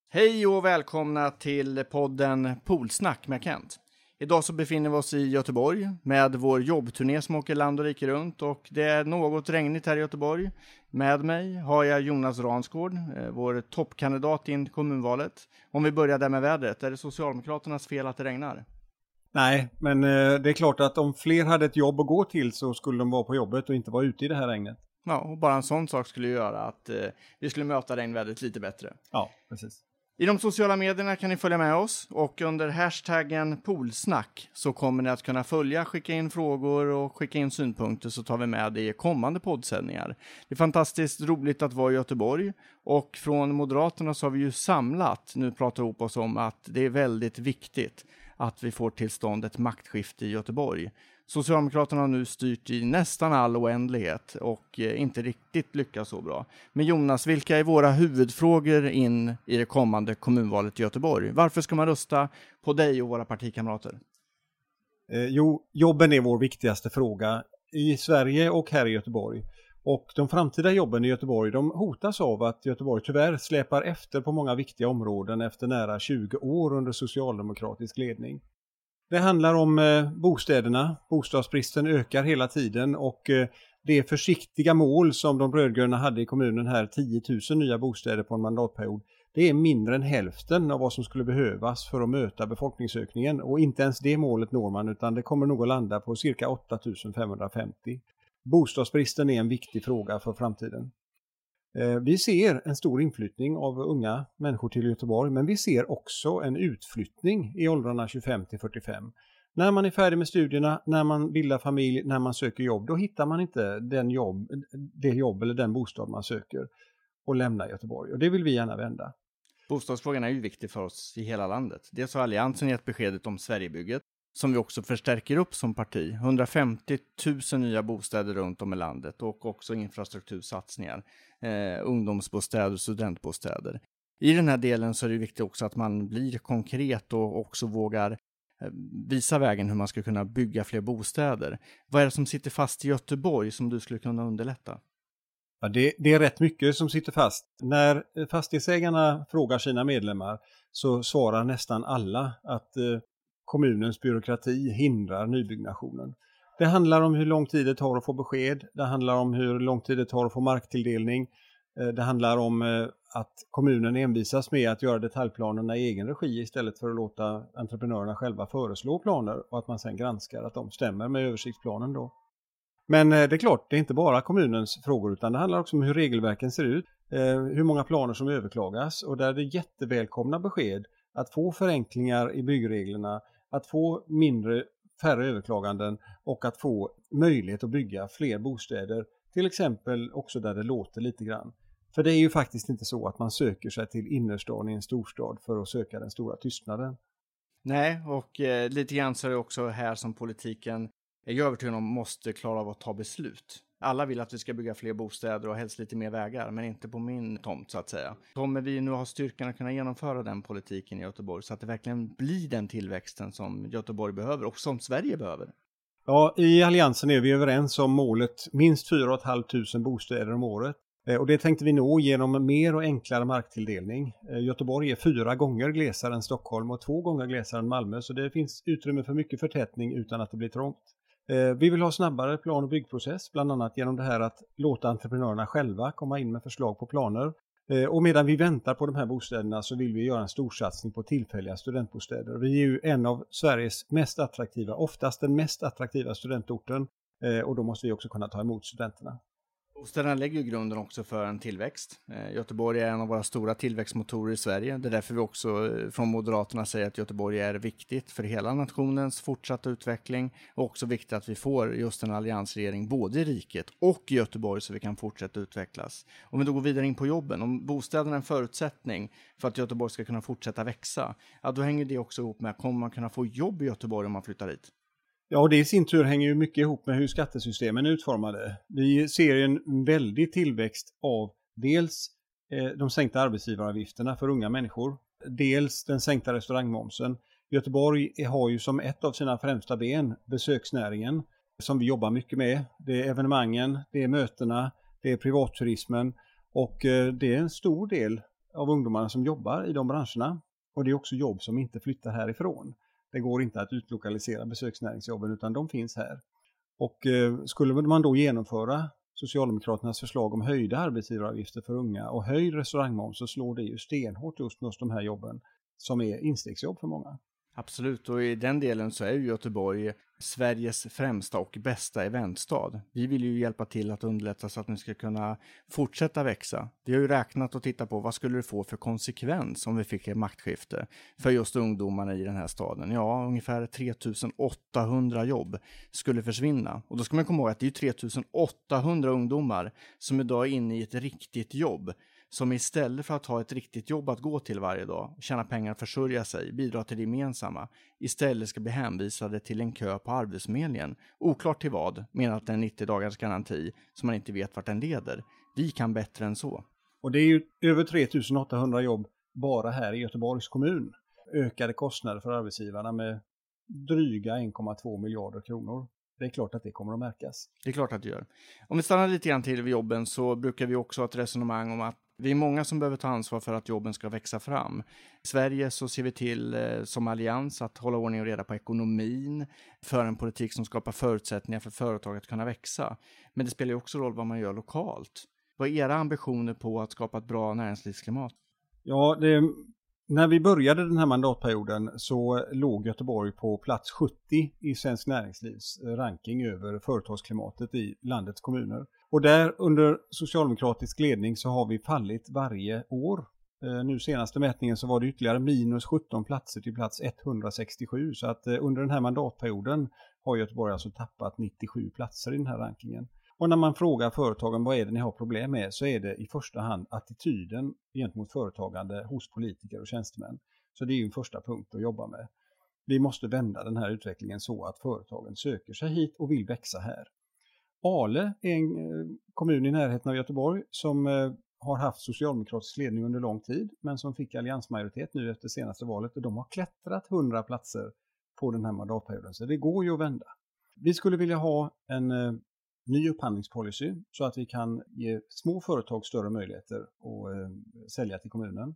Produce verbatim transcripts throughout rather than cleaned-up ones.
Hej och välkomna till podden Poolsnack med Kent. Idag så befinner vi oss i Göteborg med vår jobbturné som åker land och rike runt och det är något regnigt här i Göteborg. Med mig har jag Jonas Ransgård, vår toppkandidat in kommunvalet. Om vi börjar där med vädret, är det Socialdemokraternas fel att det regnar? Nej, men eh, det är klart att om fler hade ett jobb att gå till så skulle de vara på jobbet och inte vara ute i det här regnet. Ja, och bara en sån sak skulle göra att eh, vi skulle möta regnvädret lite bättre. Ja, precis. I de sociala medierna kan ni följa med oss och under hashtaggen Poolsnack så kommer ni att kunna följa, skicka in frågor och skicka in synpunkter så tar vi med det i kommande poddsändningar. Det är fantastiskt roligt att vara i Göteborg och från Moderaterna så har vi ju samlat, nu pratar ihop oss om att det är väldigt viktigt att vi får till stånd ett maktskifte i Göteborg. Socialdemokraterna har nu styrt i nästan all oändlighet och inte riktigt lyckas så bra. Men Jonas, vilka är våra huvudfrågor in i det kommande kommunvalet i Göteborg? Varför ska man rösta på dig och våra partikamrater? Eh, jo, jobben är vår viktigaste fråga i Sverige och här i Göteborg. Och de framtida jobben i Göteborg, de hotas av att Göteborg tyvärr släpar efter på många viktiga områden efter nära tjugo år under socialdemokratisk ledning. Det handlar om eh, bostäderna. Bostadsbristen ökar hela tiden och eh, det försiktiga mål som de rödgröna hade i kommunen här, tio tusen nya bostäder på en mandatperiod, det är mindre än hälften av vad som skulle behövas för att möta befolkningsökningen. Och inte ens det målet når man, utan det kommer nog att landa på cirka åtta tusen femhundrafemtio. Bostadsbristen är en viktig fråga för framtiden. Vi ser en stor inflyttning av unga människor till Göteborg, men vi ser också en utflyttning i åldrarna tjugofem till fyrtiofem. När man är färdig med studierna, när man bildar familj, när man söker jobb, då hittar man inte den jobb, det jobb eller den bostad man söker och lämnar Göteborg. Och det vill vi gärna vända. Bostadsfrågan är ju viktig för oss i hela landet. Dels har Alliansen gett beskedet om Sverigebygget, som vi också förstärker upp som parti. hundrafemtio tusen nya bostäder runt om i landet och också infrastruktursatsningar. Eh, ungdomsbostäder och studentbostäder. I den här delen så är det viktigt också att man blir konkret och också vågar eh, visa vägen hur man ska kunna bygga fler bostäder. Vad är det som sitter fast i Göteborg som du skulle kunna underlätta? Ja, det, det är rätt mycket som sitter fast. När fastighetsägarna frågar sina medlemmar så svarar nästan alla att eh, kommunens byråkrati hindrar nybyggnationen. Det handlar om hur lång tid det tar att få besked. Det handlar om hur lång tid det tar att få marktilldelning. Det handlar om att kommunen envisas med att göra detaljplanerna i egen regi istället för att låta entreprenörerna själva föreslå planer och att man sedan granskar att de stämmer med översiktsplanen då. Men det är klart, det är inte bara kommunens frågor utan det handlar också om hur regelverken ser ut, hur många planer som överklagas och där är det jättevälkomna besked att få förenklingar i byggreglerna, att få mindre, färre överklaganden och att få möjlighet att bygga fler bostäder, till exempel också där det låter lite grann. För det är ju faktiskt inte så att man söker sig till innerstan i en storstad för att söka den stora tystnaden. Nej, och eh, lite grann så är det också här som politiken är övertygad om måste klara av att ta beslut. Alla vill att vi ska bygga fler bostäder och helst lite mer vägar, men inte på min tomt så att säga. Kommer vi nu ha styrkan att kunna genomföra den politiken i Göteborg så att det verkligen blir den tillväxten som Göteborg behöver och som Sverige behöver? Ja, i Alliansen är vi överens om målet minst fyra tusen femhundra bostäder om året. Och det tänkte vi nå genom mer och enklare marktilldelning. Göteborg är fyra gånger glesare än Stockholm och två gånger glesare än Malmö, så det finns utrymme för mycket förtätning utan att det blir trångt. Vi vill ha snabbare plan- och byggprocess, bland annat genom det här att låta entreprenörerna själva komma in med förslag på planer. Och medan vi väntar på de här bostäderna så vill vi göra en storsatsning på tillfälliga studentbostäder. Vi är ju en av Sveriges mest attraktiva, oftast den mest attraktiva studentorten, och då måste vi också kunna ta emot studenterna. Bostäderna lägger ju grunden också för en tillväxt. Göteborg är en av våra stora tillväxtmotorer i Sverige. Det är därför vi också från Moderaterna säger att Göteborg är viktigt för hela nationens fortsatta utveckling. Och också viktigt att vi får just en alliansregering både i riket och i Göteborg så vi kan fortsätta utvecklas. Om vi då går vidare in på jobben, om bostäderna är en förutsättning för att Göteborg ska kunna fortsätta växa, ja, då hänger det också ihop med kommer man kunna få jobb i Göteborg om man flyttar hit? Ja, och det i sin tur hänger ju mycket ihop med hur skattesystemen är utformade. Vi ser en väldig tillväxt av dels eh, de sänkta arbetsgivaravgifterna för unga människor, dels den sänkta restaurangmomsen. Göteborg har ju som ett av sina främsta ben besöksnäringen som vi jobbar mycket med. Det är evenemangen, det är mötena, det är privatturismen och eh, det är en stor del av ungdomarna som jobbar i de branscherna. Och det är också jobb som inte flyttar härifrån. Det går inte att utlokalisera besöksnäringsjobben utan de finns här. Och eh, skulle man då genomföra Socialdemokraternas förslag om höjda arbetsgivaravgifter för unga och höjd restaurangmoms, så slår det ju stenhårt just mot de här jobben som är instegsjobb för många. Absolut, och i den delen så är ju Göteborg Sveriges främsta och bästa eventstad. Vi vill ju hjälpa till att underlätta så att ni ska kunna fortsätta växa. Vi har ju räknat och tittat på vad skulle det få för konsekvens om vi fick ett maktskifte för just ungdomarna i den här staden. Ja, ungefär tre tusen åttahundra jobb skulle försvinna. Och då ska man komma ihåg att det är tre tusen åttahundra ungdomar som idag är inne i ett riktigt jobb. Som istället för att ha ett riktigt jobb att gå till varje dag, tjäna pengar, försörja sig, bidra till det gemensamma, istället ska bli hänvisade till en kö på Arbetsförmedlingen. Oklart till vad, menar att det är en nittio dagars garanti som man inte vet vart den leder. Vi kan bättre än så. Och det är ju över tre tusen åttahundra jobb bara här i Göteborgs kommun. Ökade kostnader för arbetsgivarna med dryga en komma två miljarder kronor. Det är klart att det kommer att märkas. Det är klart att det gör. Om vi stannar lite grann till vid jobben så brukar vi också ha ett resonemang om att vi är många som behöver ta ansvar för att jobben ska växa fram. I Sverige så ser vi till eh, som allians att hålla ordning och reda på ekonomin, för en politik som skapar förutsättningar för företag att kunna växa. Men det spelar ju också roll vad man gör lokalt. Vad är era ambitioner på att skapa ett bra näringslivsklimat? Ja, det, när vi började den här mandatperioden så låg Göteborg på plats sjuttio i Svensk Näringslivs ranking över företagsklimatet i landets kommuner. Och där under socialdemokratisk ledning så har vi fallit varje år. Eh, nu senaste mätningen så var det ytterligare minus sjutton platser till plats etthundrasextiosju. Så att eh, under den här mandatperioden har Göteborg alltså tappat nittiosju platser i den här rankingen. Och när man frågar företagen vad är det ni har problem med, så är det i första hand attityden gentemot företagande hos politiker och tjänstemän. Så det är ju en första punkt att jobba med. Vi måste vända den här utvecklingen så att företagen söker sig hit och vill växa här. Ale är en kommun i närheten av Göteborg som har haft socialdemokratisk ledning under lång tid, men som fick alliansmajoritet nu efter senaste valet, och de har klättrat hundra platser på den här mandatperioden, så det går ju att vända. Vi skulle vilja ha en ny upphandlingspolicy så att vi kan ge små företag större möjligheter att eh, sälja till kommunen.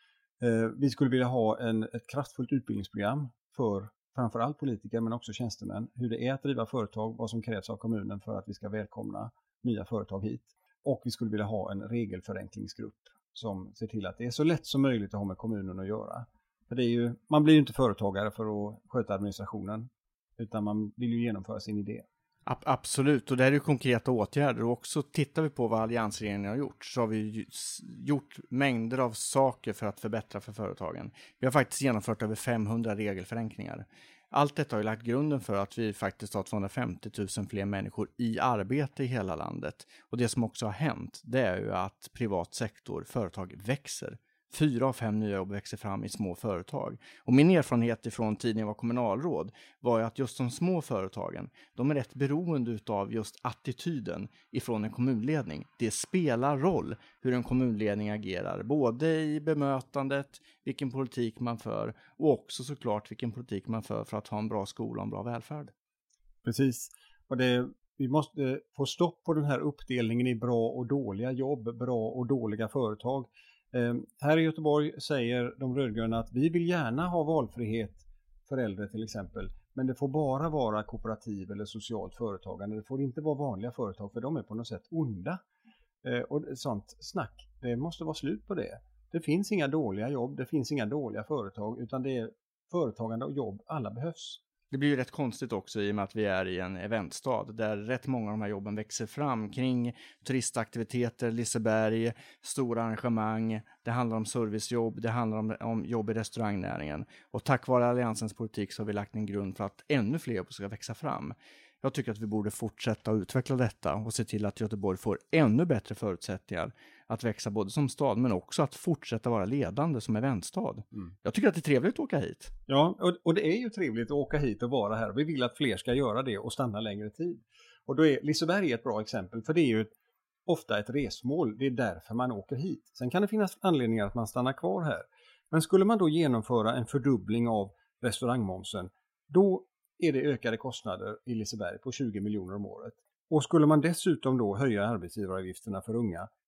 Eh, vi skulle vilja ha en, ett kraftfullt utbildningsprogram för framförallt politiker men också tjänstemän. Hur det är att driva företag, vad som krävs av kommunen för att vi ska välkomna nya företag hit. Och vi skulle vilja ha en regelförenklingsgrupp som ser till att det är så lätt som möjligt att ha med kommunen att göra. För det är ju, man blir ju inte företagare för att sköta administrationen, utan man vill ju genomföra sin idé. Absolut, och det är ju konkreta åtgärder, och också tittar vi på vad alliansregeringen har gjort så har vi gjort mängder av saker för att förbättra för företagen. Vi har faktiskt genomfört över femhundra regelförenklingar. Allt detta har ju lagt grunden för att vi faktiskt har tvåhundrafemtio tusen fler människor i arbete i hela landet. Och det som också har hänt, det är ju att privat sektor, företag växer. Fyra av fem nya jobb växer fram i små företag. Och min erfarenhet ifrån tiden jag var kommunalråd var ju att just de små företagen, de är rätt beroende av just attityden ifrån en kommunledning. Det spelar roll hur en kommunledning agerar, både i bemötandet, vilken politik man för, och också såklart vilken politik man för för att ha en bra skola och en bra välfärd. Precis, och det, vi måste få stopp på den här uppdelningen i bra och dåliga jobb, bra och dåliga företag. Eh, här i Göteborg säger de rödgröna att vi vill gärna ha valfrihet för äldre till exempel, men det får bara vara kooperativ eller socialt företagande. Det får inte vara vanliga företag, för de är på något sätt onda. Eh, och sånt snack, det måste vara slut på det. Det finns inga dåliga jobb, det finns inga dåliga företag, utan det är företagande och jobb, alla behövs. Det blir ju rätt konstigt också i och med att vi är i en eventstad där rätt många av de här jobben växer fram kring turistaktiviteter, Liseberg, stora arrangemang. Det handlar om servicejobb, det handlar om, om jobb i restaurangnäringen. Och tack vare alliansens politik så har vi lagt en grund för att ännu fler jobb ska växa fram. Jag tycker att vi borde fortsätta att utveckla detta och se till att Göteborg får ännu bättre förutsättningar att växa både som stad men också att fortsätta vara ledande som eventstad. Mm. Jag tycker att det är trevligt att åka hit. Ja, och, och det är ju trevligt att åka hit och vara här. Vi vill att fler ska göra det och stanna längre tid. Och då är Liseberg ett bra exempel, för det är ju ofta ett resmål. Det är därför man åker hit. Sen kan det finnas anledningar att man stannar kvar här. Men skulle man då genomföra en fördubbling av restaurangmomsen, då är det ökade kostnader i Liseberg på tjugo miljoner om året. Och skulle man dessutom då höja arbetsgivaravgifterna för unga,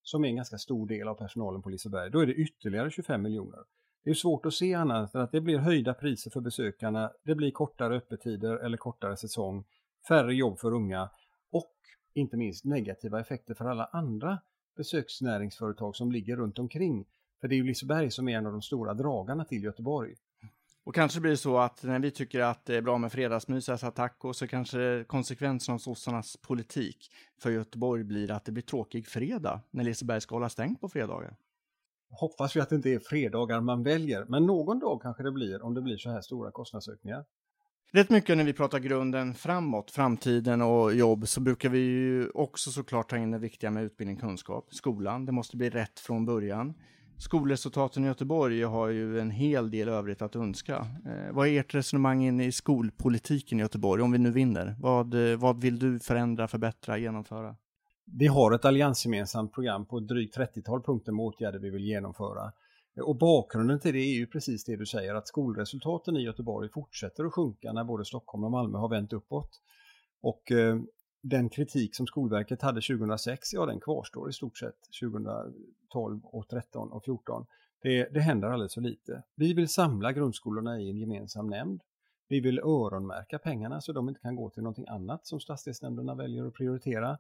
som är en ganska stor del av personalen på Liseberg, då är det ytterligare tjugofem miljoner. Det är svårt att se annat än att det blir höjda priser för besökarna, det blir kortare öppettider eller kortare säsong, färre jobb för unga och inte minst negativa effekter för alla andra besöksnäringsföretag som ligger runt omkring. För det är ju Liseberg som är en av de stora dragarna till Göteborg. Och kanske blir det så att när vi tycker att det är bra med fredagsmys, äta taco, så kanske konsekvensen av sossarnas politik för Göteborg blir att det blir tråkig fredag när Liseberg ska hålla stängt på fredagar. Hoppas vi att det inte är fredagar man väljer, men någon dag kanske det blir om det blir så här stora kostnadsökningar. Rätt mycket när vi pratar grunden framåt, framtiden och jobb, så brukar vi ju också såklart ta in det viktiga med utbildning och kunskap. Skolan, det måste bli rätt från början. Skolresultaten i Göteborg har ju en hel del övrigt att önska. Eh, vad är ert resonemang in i skolpolitiken i Göteborg om vi nu vinner? Vad, vad vill du förändra, förbättra, genomföra? Vi har ett alliansgemensamt program på drygt trettiotal punkter med åtgärder vi vill genomföra. Och bakgrunden till det är ju precis det du säger, att skolresultaten i Göteborg fortsätter att sjunka när både Stockholm och Malmö har vänt uppåt. Och eh, den kritik som Skolverket hade tjugohundrasex, ja den kvarstår i stort sett tjugotolv och tretton och fjorton. Det, det händer alldeles för lite. Vi vill samla grundskolorna i en gemensam nämnd. Vi vill öronmärka pengarna så de inte kan gå till någonting annat som stadsdelsnämnderna väljer att prioritera.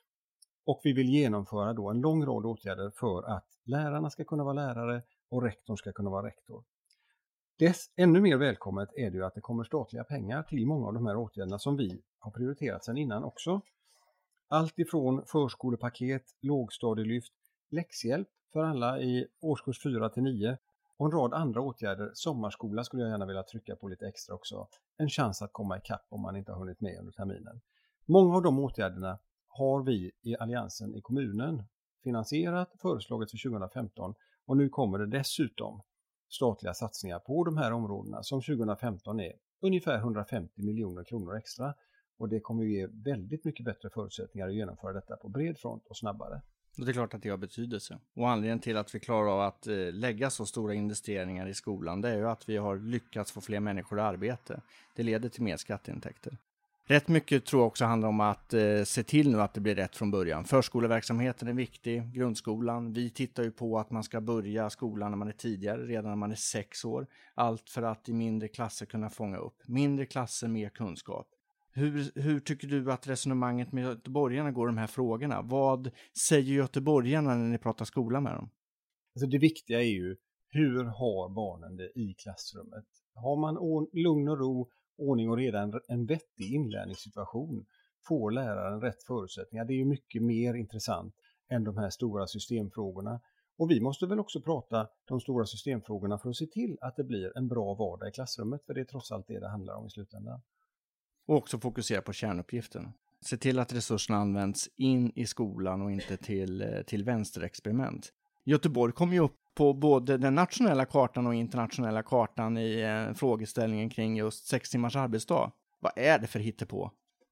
Och vi vill genomföra då en lång rad åtgärder för att lärarna ska kunna vara lärare och rektorn ska kunna vara rektor. Dess, ännu mer välkommet är det ju att det kommer statliga pengar till många av de här åtgärderna som vi har prioriterat sedan innan också. Allt ifrån förskolepaket, lågstadielyft, läxhjälp för alla i årskurs fyra till nio och en rad andra åtgärder. Sommarskola skulle jag gärna vilja trycka på lite extra också. En chans att komma ikapp om man inte har hunnit med under terminen. Många av de åtgärderna har vi i alliansen i kommunen finansierat, föreslaget för tjugohundrafemton, och nu kommer det dessutom statliga satsningar på de här områdena som tjugohundrafemton är ungefär hundrafemtio miljoner kronor extra, och det kommer ge väldigt mycket bättre förutsättningar att genomföra detta på bred front och snabbare. Det är klart att det har betydelse. Och anledningen till att vi klarar av att eh, lägga så stora investeringar i skolan, det är ju att vi har lyckats få fler människor i arbete. Det leder till mer skatteintäkter. Rätt mycket tror jag också handlar om att eh, se till nu att det blir rätt från början. Förskoleverksamheten är viktig, grundskolan. Vi tittar ju på att man ska börja skolan när man är tidigare, redan när man är sex år. Allt för att i mindre klasser kunna fånga upp. Mindre klasser, mer kunskap. Hur, hur tycker du att resonemanget med göteborgarna går i de här frågorna? Vad säger göteborgarna när ni pratar skola med dem? Alltså det viktiga är ju, hur har barnen det i klassrummet? Har man å- lugn och ro, ordning och reda, en, en vettig inlärningssituation? Får läraren rätt förutsättningar? Det är ju mycket mer intressant än de här stora systemfrågorna. Och vi måste väl också prata de stora systemfrågorna för att se till att det blir en bra vardag i klassrummet. För det är trots allt det det handlar om i slutändan. Och också fokusera på kärnuppgiften. Se till att resurserna används in i skolan och inte till, till vänsterexperiment. Göteborg kom ju upp på både den nationella kartan och internationella kartan i eh, frågeställningen kring just sex timmars arbetsdag. Vad är det för hittepå?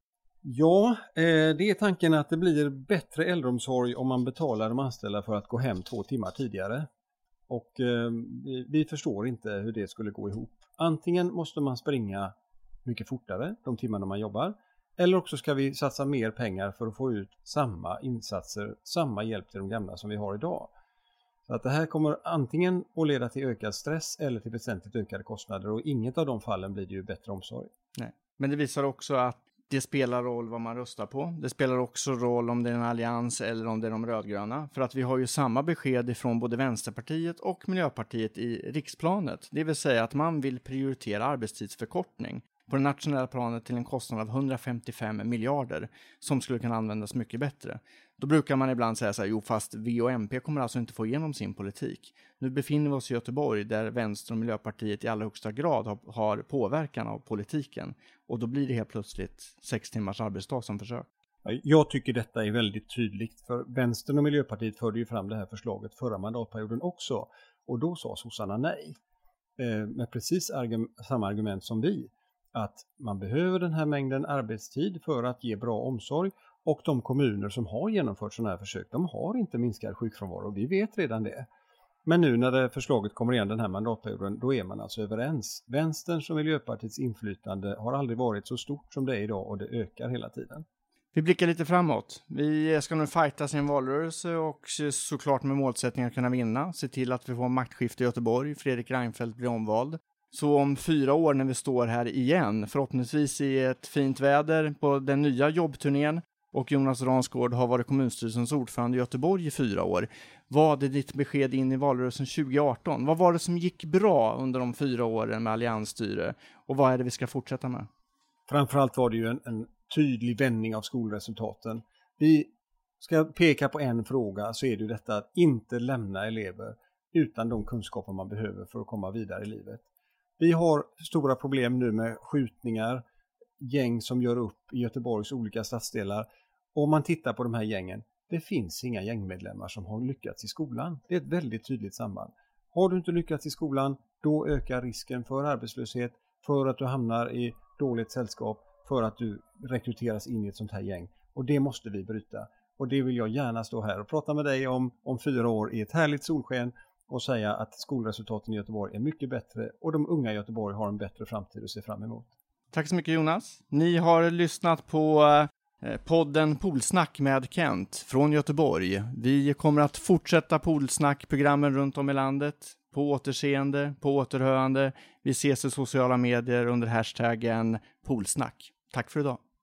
Ja, eh, det är tanken att det blir bättre äldreomsorg om man betalar de anställda för att gå hem två timmar tidigare. Och eh, vi, vi förstår inte hur det skulle gå ihop. Antingen måste man springa mycket fortare de timmarna man jobbar, eller också ska vi satsa mer pengar för att få ut samma insatser, samma hjälp till de gamla som vi har idag. Så att det här kommer antingen att leda till ökad stress eller till väsentligt ökade kostnader, och inget av de fallen blir det ju bättre omsorg. Nej. Men det visar också att det spelar roll vad man röstar på. Det spelar också roll om det är en allians eller om det är de rödgröna. För att vi har ju samma besked ifrån både Vänsterpartiet och Miljöpartiet i riksplanet. Det vill säga att man vill prioritera arbetstidsförkortning på det nationella planet till en kostnad av hundrafemtiofem miljarder som skulle kunna användas mycket bättre. Då brukar man ibland säga så här, jo fast V och M P kommer alltså inte få igenom sin politik. Nu befinner vi oss i Göteborg där Vänster och Miljöpartiet i allra högsta grad har, har påverkan av politiken. Och då blir det helt plötsligt sex timmars arbetsdag som försök. Jag tycker detta är väldigt tydligt, för Vänstern och Miljöpartiet förde ju fram det här förslaget förra mandatperioden också. Och då sa sossarna nej. Eh, med precis argum- samma argument som vi. Att man behöver den här mängden arbetstid för att ge bra omsorg, och de kommuner som har genomfört sådana här försök, de har inte minskad sjukfrånvaro. Vi vet redan det. Men nu när det förslaget kommer igen den här mandatperioden, då är man alltså överens. Vänsterns och Miljöpartiets inflytande har aldrig varit så stort som det är idag, och det ökar hela tiden. Vi blickar lite framåt. Vi ska nu fightas i en valrörelse och såklart med målsättningen att kunna vinna. Se till att vi får maktskifte i Göteborg. Fredrik Reinfeldt blir omvald. Så om fyra år när vi står här igen, förhoppningsvis i ett fint väder på den nya jobbturnén, och Jonas Ransgård har varit kommunstyrelsens ordförande i Göteborg i fyra år. Vad är ditt besked in i valrörelsen tjugo arton? Vad var det som gick bra under de fyra åren med alliansstyre? Och vad är det vi ska fortsätta med? Framförallt var det ju en, en tydlig vändning av skolresultaten. Vi ska peka på en fråga, så är det ju detta att inte lämna elever utan de kunskaper man behöver för att komma vidare i livet. Vi har stora problem nu med skjutningar, gäng som gör upp i Göteborgs olika stadsdelar. Om man tittar på de här gängen, det finns inga gängmedlemmar som har lyckats i skolan. Det är ett väldigt tydligt samband. Har du inte lyckats i skolan, då ökar risken för arbetslöshet, för att du hamnar i dåligt sällskap, för att du rekryteras in i ett sånt här gäng. Och det måste vi bryta. Och det vill jag gärna stå här och prata med dig om om fyra år i ett härligt solsken och säga att skolresultaten i Göteborg är mycket bättre och de unga i Göteborg har en bättre framtid att se fram emot. Tack så mycket Jonas. Ni har lyssnat på podden Poolsnack med Kent från Göteborg. Vi kommer att fortsätta Poolsnack-programmen runt om i landet. På återseende, på återhörande. Vi ses i sociala medier under hashtaggen Poolsnack. Tack för idag.